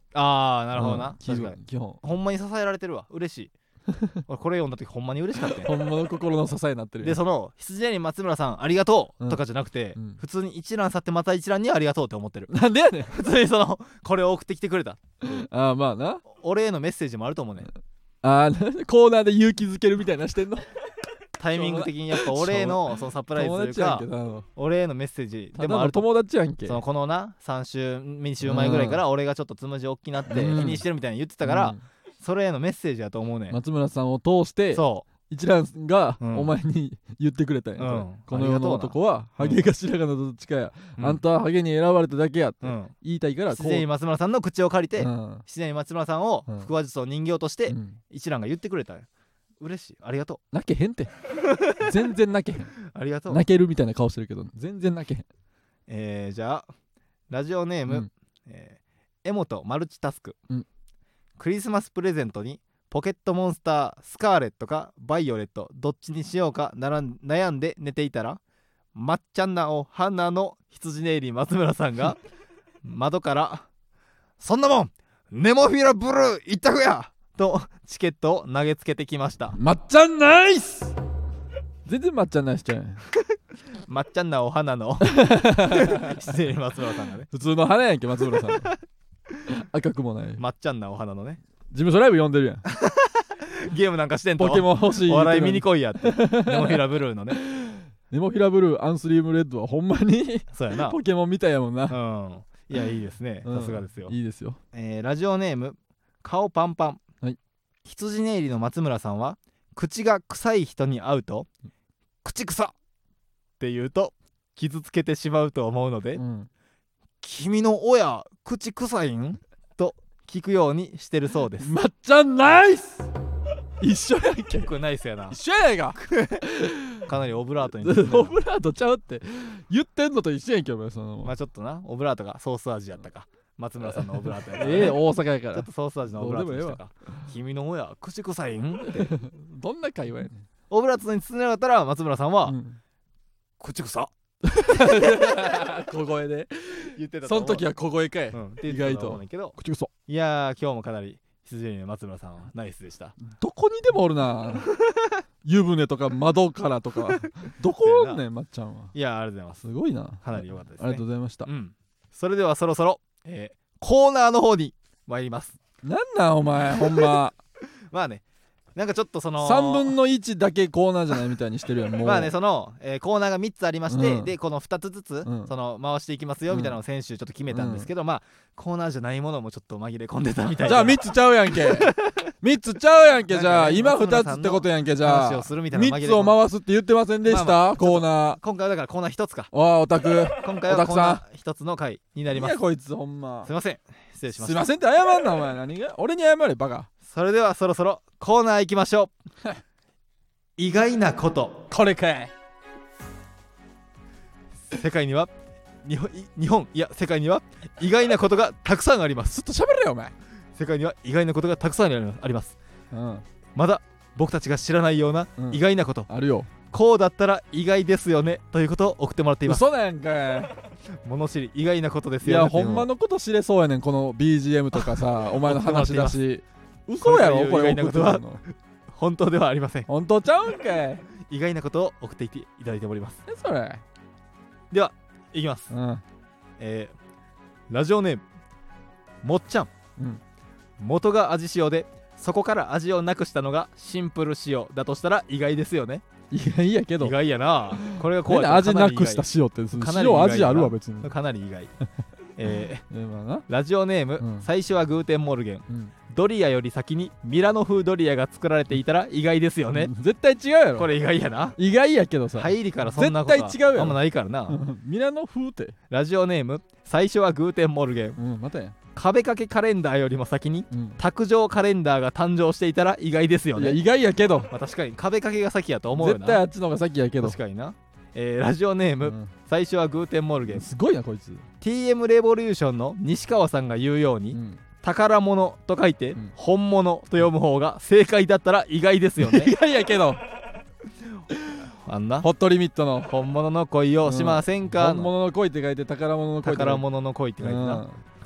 ああなるほどな、 うん、確かに基本ほんまに支えられてるわ。嬉しい俺これ読んだ時ほんまに嬉しかったほんまの心の支えになってる。 でその羊ねり松村さんありがとうとかじゃなくて、うん、普通に一覧去ってまた一覧にありがとうって思ってる。 なんでやねん普通にそのこれを送ってきてくれたああまあな俺へのメッセージもあると思うね。 ああコーナーで勇気づけるみたいなしてんのタイミング的にやっぱ俺へのそのサプライズというか俺へのメッセージでもあると。 友達やんけ。 そのこのなさん週に週前ぐらいから俺がちょっとつむじ大きくなって気にしてるみたいに言ってたから、うん、それへのメッセージやと思うね。 松村さんを通してそう一蘭がお前に言ってくれたんや、うん、この世の男はハゲか白髪のどっちかや、うん、あんたはハゲに選ばれただけやって言いたいから、 自然に松村さんの口を借りて、うん、自然に松村さんを腹話術を人形として一蘭が言ってくれたんや。嬉しい、ありがとう。 泣けへんって全然泣けへんありがとう。 泣けるみたいな顔してるけど全然泣けへん。 えー、じゃあラジオネーム、うんえー、江本マルチタスク、うん、クリスマスプレゼントにポケットモンスタースカーレットかバイオレットどっちにしようかならん悩んで寝ていたらまっちゃんなお花の羊ねいり松村さんが窓からそんなもんネモフィラブルー一択やとチケットを投げつけてきました。 まっちゃんナイス全然まっちゃんナイスちゃうまっちゃんなお花の羊ねいり松村さんがね普通の花やんけ松村さん赤くもないまっちゃんなお花のね事務所ライブ呼んでるやんゲームなんかしてんとポケモン欲しいお笑い見に来いやってネモフィラブルーのねネモフィラブルーアンスリームレッドはほんまにそうやなポケモンみたいやもんな。 うんいやいいですね、さすがですよ。 いいですよ。 えー、ラジオネーム顔パンパン、はい、羊ねいりの松村さんは口が臭い人に会うと口臭って言うと傷つけてしまうと思うので、うん、君の親口臭いんと聞くようにしてるそうです。 まっちゃんナイス一緒やんけ。 これナイスやな。 一緒やないかかなりオブラートにオブラートちゃうって言ってんのと一緒やんけお前。そのまあちょっとなオブラートがソース味やったか松村さんのオブラートやから、 ね、ええ大阪やからちょっとソース味のオブラートにしたか。君の親口臭いんってどんな会話やねん。 オブラートに包んでなかったら松村さんは、うん、口臭小声で言ってた。 その時は小声かい、うん、意外と口臭。 いやー今日もかなり羊ねいりの松村さんはナイスでした。 どこにでもおるな湯船とか窓からとかどこおんねんまっちゃんは。 いやありがとうございます。 すごいな。 かなり良かったですね。 ありがとうございました、 うん、それではそろそろ、えー、コーナーの方に参ります。 なんなんお前ほんままあねなんかちょっとそのさんぶんのいちだけコーナーじゃないみたいにしてるやんもうまあねその、えー、コーナーがみっつありまして、うん、でこのふたつずつ、うん、その回していきますよみたいなのを先週ちょっと決めたんですけど、うん、まあコーナーじゃないものもちょっと紛れ込んでたみたいな。 じゃあみっつちゃうやんけみっつちゃうやんけ。じゃあ今ふたつってことやんけ。じゃあみっつを回すって言ってませんでした、まあまあ、コーナー。 今回はだからコーナーひとつか。 ああオタク今回はコーナーひとつの回になります。 いやこいつほんますいません失礼しました。 すいませんって謝んなお前。何が俺に謝れバカ。 それではそろそろコーナー行きましょう意外なこと。 これかい。 世界には日本、日本いや世界には意外なことがたくさんあります。 ずっと喋れよお前。 世界には意外なことがたくさんあります、うん、まだ僕たちが知らないような意外なこと、うん、 あるよ。 こうだったら意外ですよねということを送ってもらっています。 嘘なんかい物知り意外なことですよね。 いやほんまのこと知れそうやねんこの ビージーエム とかさお前の話だし嘘やろこれ。意外なことは本当ではありません。 本当ちゃうんかい。 意外なことを送っていただいております。 えそれではいきます、うんえー、ラジオネームもっちゃん、うん、元が味塩でそこから味をなくしたのがシンプル塩だとしたら意外ですよね。 意外やけど意外やな。これが怖い。 味なくした塩って塩味あるわ別に。 かなり意外えー、ラジオネーム、うん、最初はグーテンモルゲン、うん、ドリアより先にミラノ風ドリアが作られていたら意外ですよね。 絶対違うやろ。 これ意外やな。 意外やけどさ入りからそんなことは絶対違うやろ。 あんまないからなミラノ風ってラジオネーム最初はグーテンモルゲン、 うん、またや壁掛けカレンダーよりも先に、うん、卓上カレンダーが誕生していたら意外ですよね。 いや意外やけど、 まあ、確かに壁掛けが先やと思うよな。 絶対あっちの方が先やけど。 確かにな。えー、ラジオネーム、うん、最初はグーテンモルゲン。 すごいなこいつ。 ティーエム レボリューションの西川さんが言うように、うん、宝物と書いて、うん、本物と読む方が正解だったら意外ですよね。 意外やけどあんなホットリミットの本物の恋をしませんか、 うん、本物の恋って書いて宝物の恋。 宝物の恋って書いてな、うん、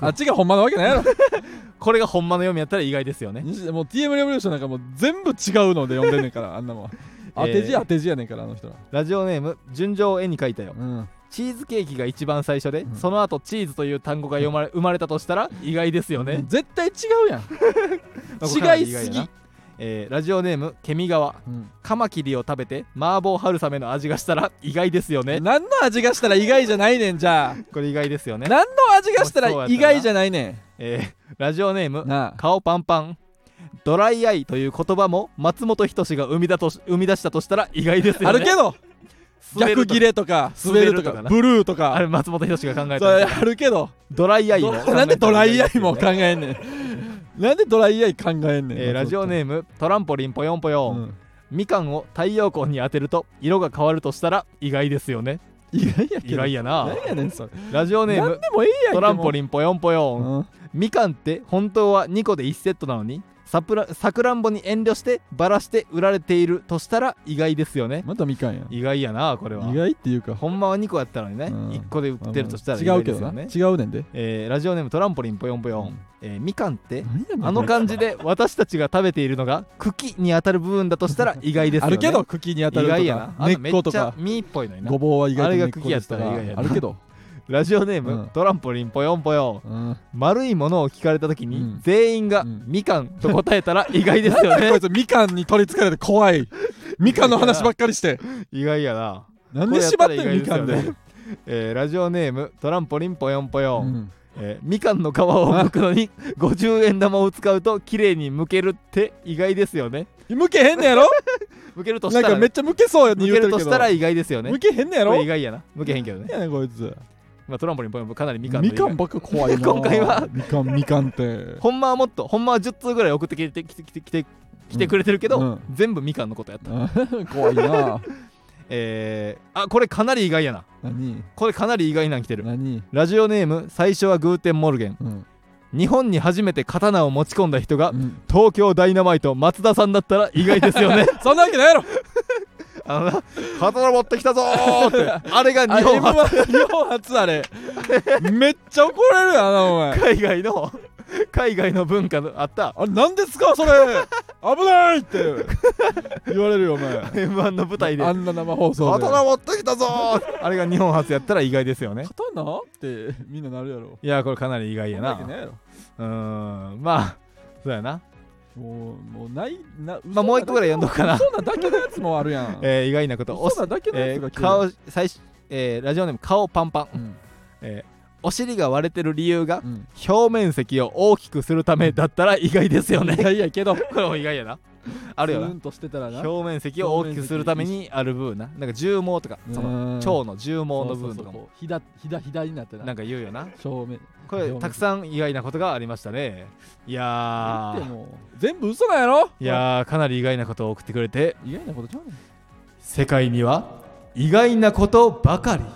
あっちがほんまなわけないやろこれがほんまの読みやったら意外ですよね。 もう ティーエム レボリューションなんかもう全部違うので読んでんねんからあんなもん当て字当て字やねんからあの人ら。 ラジオネーム純情を絵に描いたよ、うん、チーズケーキが一番最初で、うん、その後チーズという単語が読まれ生まれたとしたら意外ですよね。 絶対違うやん違いすぎ。 えー、ラジオネームケミガワ、うん、カマキリを食べて麻婆春雨の味がしたら意外ですよね。 何の味がしたら意外じゃないねん。じゃあこれ意外ですよね。 何の味がしたら意外じゃないねん。 えー、ラジオネーム顔パンパン、ドライアイという言葉も松本人志が生みだと生み出したとしたら意外ですよね。 あるけど逆切れとか滑るとかブルーとかあれ松本人志が考えた。 それあるけどドライアイもなんでドライアイも考えんねんなんでドライアイ考えんねん、 えー、ラジオネームトランポリンポヨンポヨン、うん、みかんを太陽光に当てると色が変わるとしたら意外ですよね。 意外やけど意外やな。 何やねんそれ。 ラジオネームトランポリンポヨンポヨン、うん、みかんって本当はにこでいちセットなのにさプラさくらんぼに遠慮してばらして売られているとしたら意外ですよね。 またみかんや。 意外やなこれは。 意外っていうかほんまはにこやったのにね、うん、いっこで売ってるとしたら意外ですよね。 違うけどな違うねんで、 えー、ラジオネームトランポリンポヨンポヨン、うんえー、みかんってあの感じで私たちが食べているのが茎に当たる部分だとしたら意外ですよね。 あるけど茎に当たるとか意外やな。根っことか実っぽいのにな。 ごぼうは意外と根っこでしたらあれが茎やったら意外やな。 あるけどラジオネーム、うん、トランポリンポヨンポヨン、うん、丸いものを聞かれた時に、うん、全員が、うん、みかんと答えたら意外ですよね。 こいつみかんに取りつかれて怖いみかんの話ばっかりして意外やな。 なんで縛ってるみかんで、 えー、ラジオネームトランポリンポヨンポヨン、うんえー、みかんの皮を剥くのにごじゅうえん玉を使うと綺麗に剥けるって意外ですよね。 剥けへんねやろ剥けるとしたらなんかめっちゃ剥けそうやって言うてるけど剥けるとしたら意外ですよね。 剥けへんねやろ。 意外やな。剥けへんけどね。 いやねこいつまあ、トランポリンポヨンかなりみかんのみかんばっか怖いな今回はみかんみかんってほんまはもっとほんまはじゅっつうぐらい送ってきてきてきてきてきてくれてるけど、うん、全部みかんのことやった怖いなえー、あこれかなり意外やな。 何これかなり意外なん来てる。 何ラジオネーム最初はグーテンモルゲン、うん、日本に初めて刀を持ち込んだ人が、うん、東京ダイナマイト松田さんだったら意外ですよねそんなわけないやろあのな刀持ってきたぞーってあれが日本初日本初あれめっちゃ怒られるやんなお前。 海外の海外の文化のあったあれ何ですかそれ危ないって言われるよお前エムワン の舞台であんな生放送で刀持ってきたぞーあれが日本初やったら意外ですよね。 刀ってみんななるやろ。 いやこれかなり意外やな。 うーんまあそうやな。 もうもうないな、 まあもう一個ぐらい読んどくかな。 嘘なだけのやつもあるやんえー、意外なこと。 嘘なだけのやつが来る、 えー、顔最初、えー、ラジオネーム顔パンパン、うんえーお尻が割れてる理由が、うん、表面積を大きくするためだったら意外ですよね。 意外やけどこれも意外やな。あるよな。 ツーンとしてたらな表面積を大きくするためにある部分な。なんか重毛とかその腸の重毛の部分とかもひだひだひだになってななんか言うよな。 正面これたくさん意外なことがありましたね。いやーも全部嘘なんやろ。 いやーかなり意外なことを送ってくれて。 意外なことちゃうねん。 世界には意外なことばかり。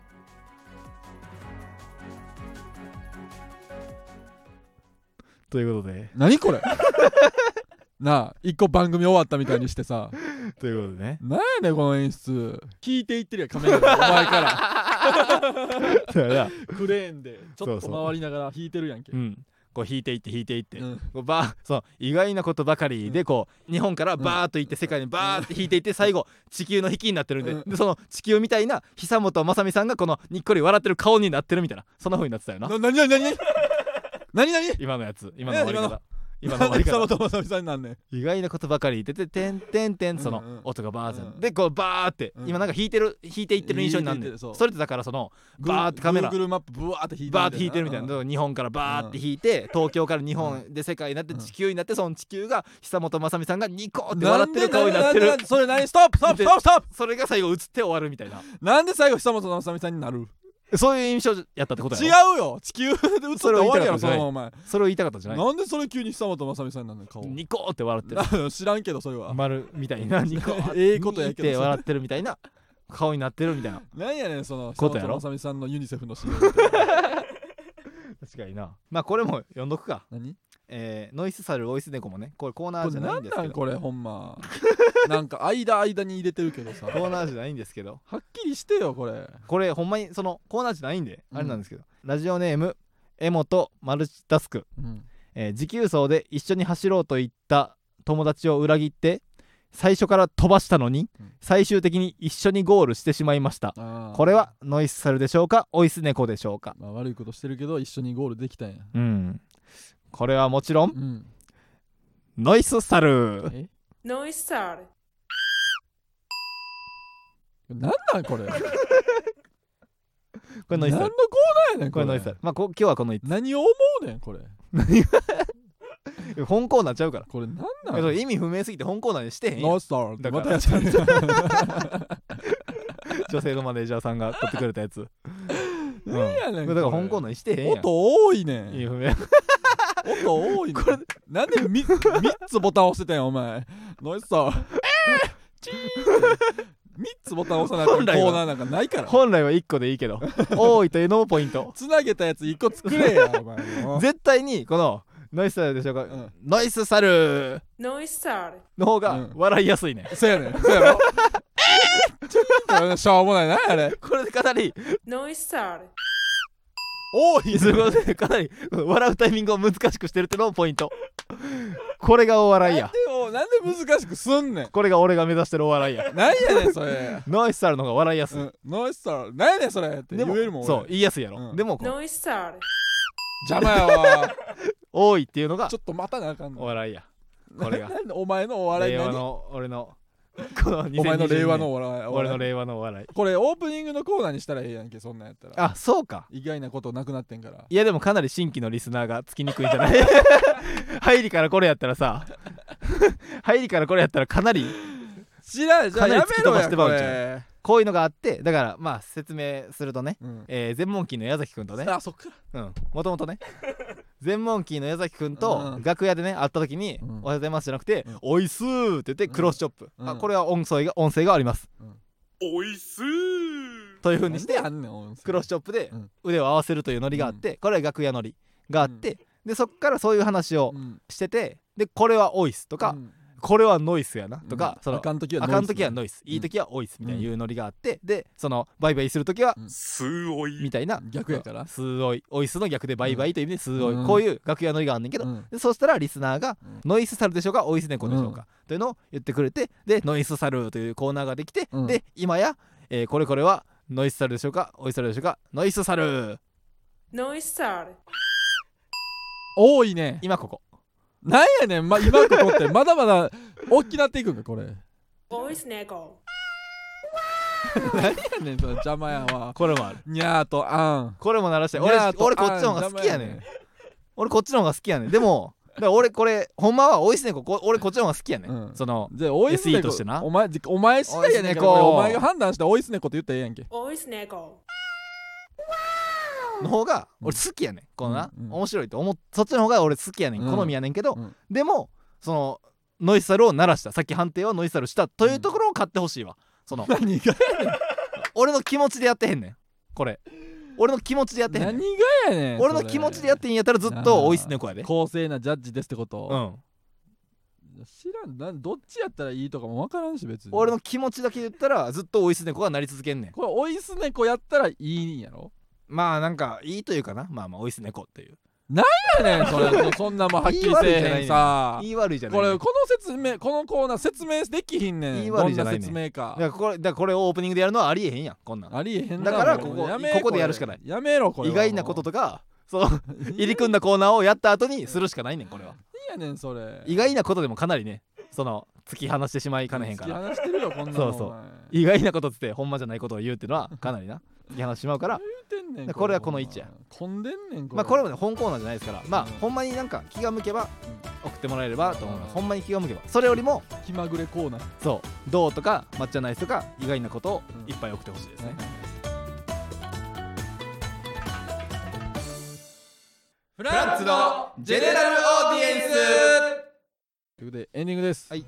ということで何これなあ一個番組終わったみたいにしてさということでねなんやねんこの演出聞いていってるやんカメラでお前からクレーンでちょっと回りながら引いてるやんけ。 そうそう、うん、こう引いていって引いていって、うん、こうバーそう意外なことばかりでこう、うん、日本からバーっと行って世界にバーって引いていって最後地球の引きになってるんで、うん、でその地球みたいな久本雅美さんがこのにっこり笑ってる顔になってるみたいなそんな風になってたよな。 な何何何何何今のやつ今の終わり方今の終わり方久本雅美さんになんねん。 意外なことばかりでててんてんてんその音がバーッ、うんうん、でこうバーって、うん、今なんか弾いてる弾いていってる印象になるんで、それってだからそのバーってカメラ Google マップブワーって弾いてるバーって弾いてるみたいな、うん、日本からバーって弾いて、うん、東京から日本で世界になって地球になって、その地球が久本雅美さんがニコって笑ってる顔になってる。 それ何ストップストップストップストップそれが最後映って終わるみたいな。 なんで最後久本雅美さんになる。 そういう印象やったってことやろ。違うよ地球で映って終わりやろそのままお前。 それを言いたかったんじゃない。 なんでそれ急に久本雅美さんになるの顔ニコって笑ってる知らんけどそれは丸みたいなニコええことやけどって笑ってるみたいな顔になってるみたいな。 なんやねんその久本雅美さんのユニセフの シーエム確かにな。まあこれも読んどくか。 何えー、ノイスサルオイスネコもねこれコーナーじゃないんですけど。 なんなんこれほんまなんか間間に入れてるけどさコーナーじゃないんですけどはっきりしてよこれ。 これほんまにそのコーナーじゃないんで、うん、あれなんですけどラジオネーム、 エモとマルチタスク、うんえー、持久走で一緒に走ろうと言った友達を裏切って最初から飛ばしたのに、うん、最終的に一緒にゴールしてしまいました。これはノイスサルでしょうか、オイスネコでしょうか。 まあ、悪いことしてるけど一緒にゴールできたんや。 うんこれはもちろん、うん、ノイスサル。 えノイスサルなんなんこれこれノイスサル。何のコーナーやねんこれ。これノイスサル。まあこ今日はこのいつつ。 何を思うねんこれ。何本コーナーちゃうから。 これなんなん。 意味不明すぎて本コーナーにしてへんやん。 ノイスサル。 だからまたやっちゃう。女性のマネージャーさんが取ってくれたやつ。 何やねん。 だから本コーナーにしてへんやん。 音多いねん。 意味不明。 音多いね。これなんで みっつボタン押してたんやお前。ノイスサル。チーンみっつボタン押さないとコーナーなんかないから。 本来はいっこでいいけど多いというのもポイント。 つなげたやついっこ作れやお前。 絶対にこのノイスサルでしょうか、うん、ノイスサルノイスサルの方が笑いやすいね、 うん、そうやねんそうやろえー、ちょっとしょうもないなあれ。 これでかなりノイスサル多いすごいかなり笑うタイミングを難しくしてるってのもポイント。これがお笑いや。 なんで難しくすんねん。 これが俺が目指してるお笑いや。 なんやねんそれ。 ノイスサルの方が笑いやすい、うん、 ノイスサルなんやねんそれって言えるもん。 そう言いやすいやろ、うん、でもノイスサル邪魔やわ多いっていうのがちょっと待たなあかんのお笑いや。これがお前のお笑い。 令和の俺のこのお前の令和のお笑い。 俺の令和のお笑い。 これオープニングのコーナーにしたらええやんけ。そんなんやったら。 あそうか。 意外なことなくなってんから。 いやでもかなり新規のリスナーがつきにくいんじゃない入りからこれやったらさ入りからこれやったらかなり知らんじゃあやめろやこれ。 こういうのがあって、だからまあ説明するとね、うんえー、全問キーの矢崎くんとね、 あそっかうんもともとね全問キーの矢崎くんと楽屋でね会った時に、うん、おはようございますじゃなくて、うん、おいすーって言ってクロスチョップ、うん、あこれは音声が音声があります、うん、 おいすーという風にしてクロスチョップで腕を合わせるというノリがあって、うん、これは楽屋ノリがあって、うん、でそっからそういう話をしてて、でこれはおいすとか、うんこれはノイスやなとか、うん、そのあかんときはノイス、いいときはオイスみたいないうノリがあって、うん、でそのバイバイするときは、うん、 スーオイみたいな逆やからスーオイオイスの逆でバイバイという意味でスーオイ、うん、こういう楽屋ノリがあんねんけど、うん、でそうしたらリスナーが、うん、ノイスサルでしょうかオイス猫でしょうか、うん、というのを言ってくれて、でノイスサルというコーナーができて、うん、で今や、えー、これこれはノイスサルでしょうかオイスサルでしょうかノイスサルノイスサル多いね。 今ここなんやねん、ま、今ここってまだまだ大きなっていくんかこれ。 おいすねこ何やねんその邪魔やわ。 これもあるにゃーとあんこれも鳴らして俺俺こっちの方が好きやねん。俺こっちの方が好きやねん。でもだから俺これほんまはおいすねこ俺こっちの方が好きやねん、うん、その エスイー としてな。 お前お前次第やねん。お前が判断しておいすねこって言ったらええやんけ。 おいすねこの方が俺好きやねん、このな、うんうん、面白いと思っそっちの方が俺好きやねん、うん、好みやねんけど、うん、でもそのノイスサルを鳴らした、さっき判定はノイスサルしたというところを買ってほしいわ。その何がやねん俺の気持ちでやってへんねんこれ。俺の気持ちでやってへんねん。 何がやねん。 俺の気持ちでやってんやったらずっとおいすねこやで。 公正なジャッジですってこと。 うん知らんな、どっちやったらいいとかも分からんし別に。 俺の気持ちだけ言ったらずっとおいすねこがなり続けんねん。 これおいすねこやったらいいんやろ。 まあなんかいいというかな、まあまあおいすねこっていう。 なんやねんそれそんなもんはっきりせえへんさ。 言い悪いじゃない。 これこの説明このコーナー説明できひんねん。 言い悪いじゃないねん。 どんな説明か。 だからこれだからこれをオープニングでやるのはありえへんやんこんなん。 ありえへんだからここここでやるしかない。 やめろこれ。 意外なこととかその入り組んだコーナーをやった後にするしかないねんこれは。 いいやねんそれ。 意外なことでもかなりねその突き放してしまいかねへんから。 突き放してるよこんなの。 そうそう意外なことっつってほんまじゃないことを言うっていうのはかなりな突き放してしまうから。これはこの位置や。 こんでんねんこれ。 まあこれもね本コーナーじゃないですから、まあほんまになんか気が向けば送ってもらえればと思います。ほんまに気が向けば。それよりも気まぐれコーナー。 そうどうとか抹茶ナイスとか意外なことをいっぱい送ってほしいですね。フランツのジェネラルオーディエンスということでエンディングです。 はい。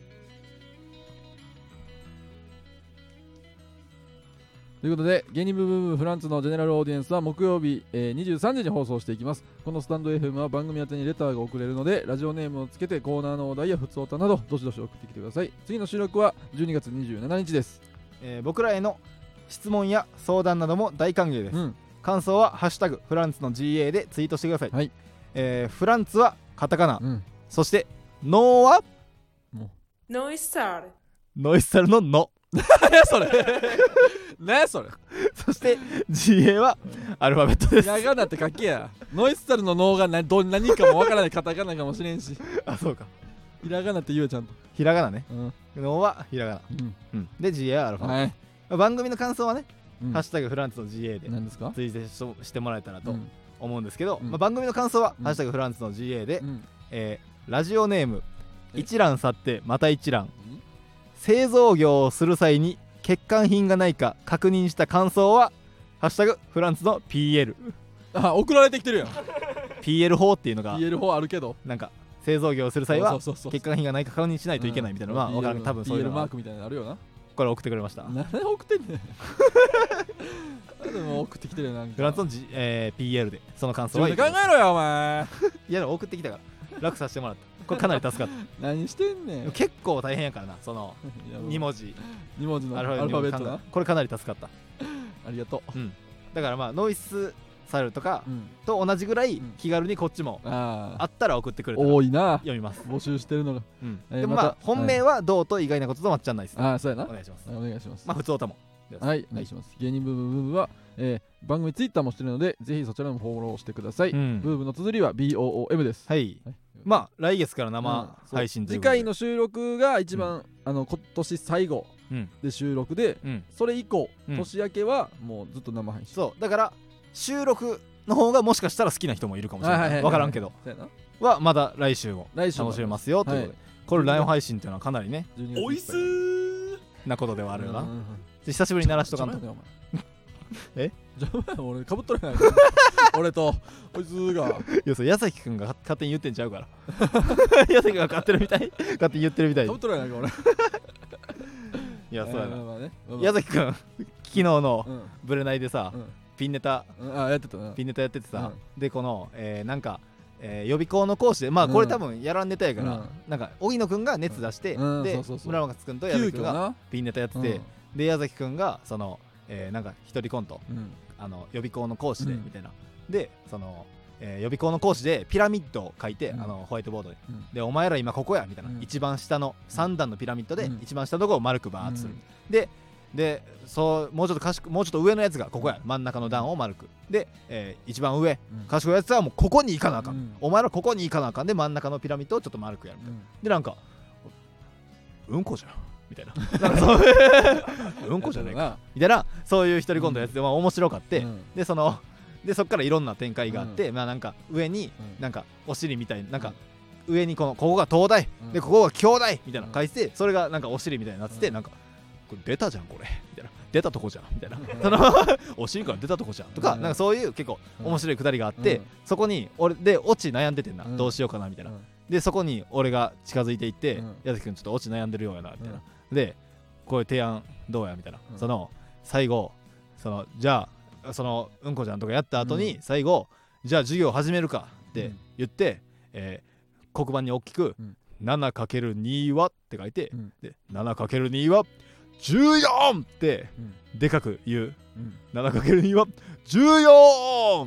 ということで芸人ブームブームフランツのジェネラルオーディエンスは木曜日、えー、にじゅうさんじに放送していきます。このスタンド エフエム は番組宛てにレターが送れるのでラジオネームをつけてコーナーのお題やふつおたなどどしどし送ってきてください。次の収録はじゅうにがつにじゅうしちにちです。 えー、僕らへの質問や相談なども大歓迎です、うん感想はハッシュタグフランツの ジーエー でツイートしてください、 はいえー、フランツはカタカナ、 うん、 そしてノーはノイサルノイサルのノ何やそれ何やそれそして ジーエー はアルファベットです。 ひらがなって書けや。ノイサルのノーが 何, ど何かもわからないカタカナかもしれんしあそうかひらがなって言うよちゃんとひらがなね、 うん、 ノーはひらがな、 うんうん、で ジーエー はアルファベット、 はい番組の感想はね、 うん、 ハッシュタグフランツの ジーエー で何ですかツイートしてもらえたらと思うんですけど、 うんまあ、番組の感想は、 うん、 ハッシュタグフランツの ジーエー で、 うんえー、ラジオネーム一蘭去ってまた一蘭、製造業をする際に欠陥品がないか確認した感想はハッシュタグフランツの ピーエルあ送られてきてるやんピーエル 法っていうのがピーエル 法あるけどなんか製造業をする際はそうそうそうそう欠陥品がないか確認しないといけないみたいなのは、うん、分からん多分そういうのピーエル マークみたいなのあるよな。 これ送ってくれました。 何送ってんねんでも送ってきてるよなんかフランスの、G えー、ピーエル でその感想は自分で考えろよお前いやでも送ってきたから楽させてもらったこれかなり助かった何してんねん結構大変やからなそのに文字に文字のアルファベットなこれかなり助かったありがとう、 うん、だからまあノイスサルとかうんと同じぐらい気軽にこっちもあったら送ってくれたら多いな読みます募集してるのが、 うんえー、 でもまあ、 ま、 本命はどうと意外なこととまっちゃんないです。 ああそうやなお願いします。 お願いします。 まあ普通おたもはいお願いします。芸人ブームブームは、えー、番組ツイッターもしてるのでぜひそちらもフォローしてください、うん、ブームの綴りは ビーオーオーエム です。 はい、はい、まあ来月から生配信、うん、 次回の収録が一番、うん、あの今年最後で収録で、うん、それ以降、うん、年明けはもうずっと生配信。 そうだから収録の方がもしかしたら好きな人もいるかもしれない、分からんけどはまだ来週も楽しめますよということで、はい、これライブ配信っていうのはかなりねおいすーなことではあるよな、うんうんうん、久しぶりに鳴らしとかんとえじゃあ俺かぶっとるやない俺とこいつがいやそれ矢崎くんが勝手に言ってんちゃうから矢崎が勝手るみたい勝手に言ってるみたいかぶっとるやないか俺いやそうやな、えーまあねまあ、矢崎くん昨日のブレナイでさ、うんピンネタ、 うん、あやってたピンネタやっててさ、うん、でこの、えー、なんか、えー、予備校の講師でまあこれ多分やらんネタやから、うん、なんか荻野くんが熱出して、うん、で村松くんと矢崎くんがピンネタやってて、うん、で矢崎くんがその、えー、なんか一人コント、うん、あの予備校の講師で、うん、みたいなでその、えー、予備校の講師でピラミッドを書いて、うん、あのホワイトボードで、うん、でお前ら今ここやみたいな、うん、一番下のさん段のピラミッドで、うん、一番下のところを丸くバーッとする、うん、ででそうもうちょっと賢くもうちょっと上のやつがここや、うん、真ん中の段を丸くで、えー、一番上、うん、賢いやつはもうここに行かなあかん、うん、お前らここに行かなあかんで真ん中のピラミッドをちょっと丸くやるみたいな、うん、でなんかうんこじゃんみたいななんかそううんこじゃねえかみたいなそういう一人コントのやつで、まあ、面白かって、うん、でそのでそっからいろんな展開があって、うん、まあなんか上になんかお尻みたいななんか上にこのここが東大、うん、でここが京大みたいな書いてそれがなんかお尻みたいになってて、うん、なんかこれ出たじゃんこれみたいな出たとこじゃんみたいなそのお尻から出たとこじゃんとか、うん、なんかそういう結構面白いくだりがあって、うん、そこに俺でオチ悩んでてんな、うん、どうしようかなみたいな、うん、でそこに俺が近づいていって、うん、矢崎くんちょっとオチ悩んでるようやなみたいな、うん、でこういう提案どうやみたいな、うん、その最後そのじゃあそのうんこちゃんとかやった後に、うん、最後じゃあ授業始めるかって言って、うんえー、黒板に大きく、うん、ななかけるに はって書いて、うん、で ななかけるに はじゅうよんってでかく言う、うん、ななかけるに はじゅうよんって、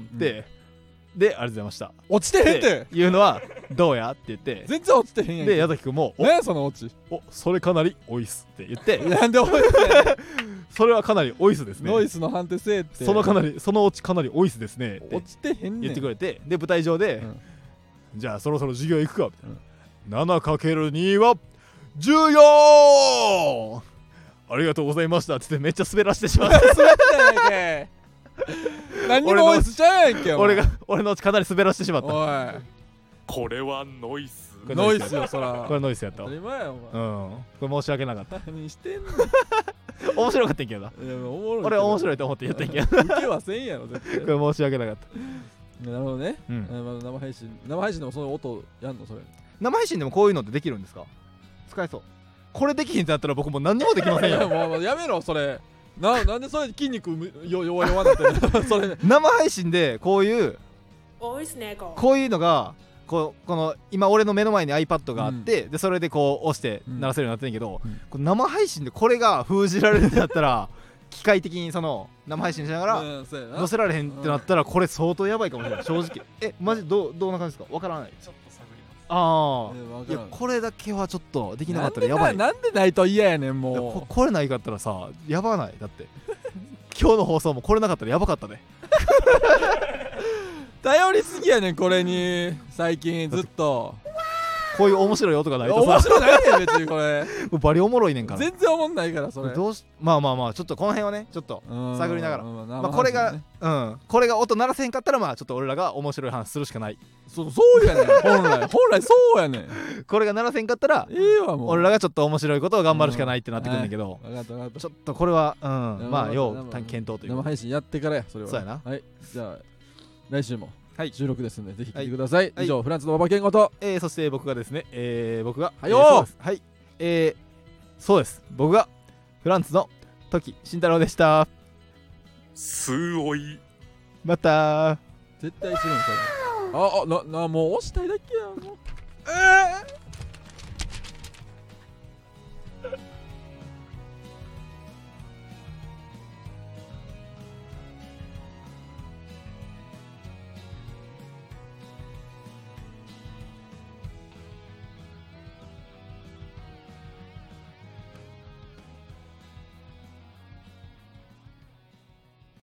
うん、でありがとうございました落ちてへんっていうのはどうやって言って全然落ちてへんやんで矢崎くんもねその落ちおそれかなりおいすって言ってなんでおいすそれはかなりおいすですねノイスの判定せえってそのかなりその落ちかなりおいすですねって落ちてへんねん言ってくれてで舞台上で、うん、じゃあそろそろ授業行くかみたいな、うん、ななかけるに はじゅうよんありがとうございましたって言ってめっちゃ滑らしてしまった滑ってたやんけ何にもノイスちゃうやんけ俺が俺のうちかなり滑らしてしまったおいこれはノイスノイスよそらこれノイスやったわ当たり前やお前うんこれ申し訳なかった何してんの面白かったんけどないやおもろい俺は面白いと思って言ったんけど受けはせんやろ絶対これ申し訳なかったなるほどね、 うんまあ、生配信生配信でもその音やんのそれ生配信でもこういうのってできるんですか使えそうこれできひんってなったら僕もう何にもできませんよもうやめろそれ な, なんでそれ筋肉よ弱々なってるそれ生配信でこういう多いっすねこうこういうのがこうこの今俺の目の前に iPad があって、うん、でそれでこう押して鳴らせるようになってんけど、うん、こう生配信でこれが封じられるってなったら機械的にその生配信しながら載せられへんってなったらこれ相当やばいかもしれない正直。えマジどうどんな感じですかわからない。ちょっと探ります。ああいやこれだけはちょっとできなかったらやばい。 なんでないと嫌やねんもう。 こ, これないかったらさやばないだって今日の放送もこれなかったらやばかったね頼りすぎやねんこれに最近ずっとこういう面白い音がないとさ面白ないねん別にこれバリおもろいねんから全然おもんないからそれどうしまあまあまあちょっとこの辺はねちょっと探りながらまあこれがうんこれが音鳴らせんかったらまあちょっと俺らが面白い話するしかない。 そうそうやねん本来本来そうやねんこれが鳴らせんかったらええわもう俺らがちょっと面白いことを頑張るしかないってなってくるんだけど、 分かった分かった。 ちょっとこれはうんまあ要検討という生配信やってからやそれは。 そうやな。 はいじゃあ来週もはい収録ですんでぜひ聞いてください。以上フランスの馬場健吾とえそして僕がですねえ僕がはよはいえそうです僕がフランスの時慎太郎でした。 すごいまた絶対するんそれ。ああななもう押したいだけやもう。えー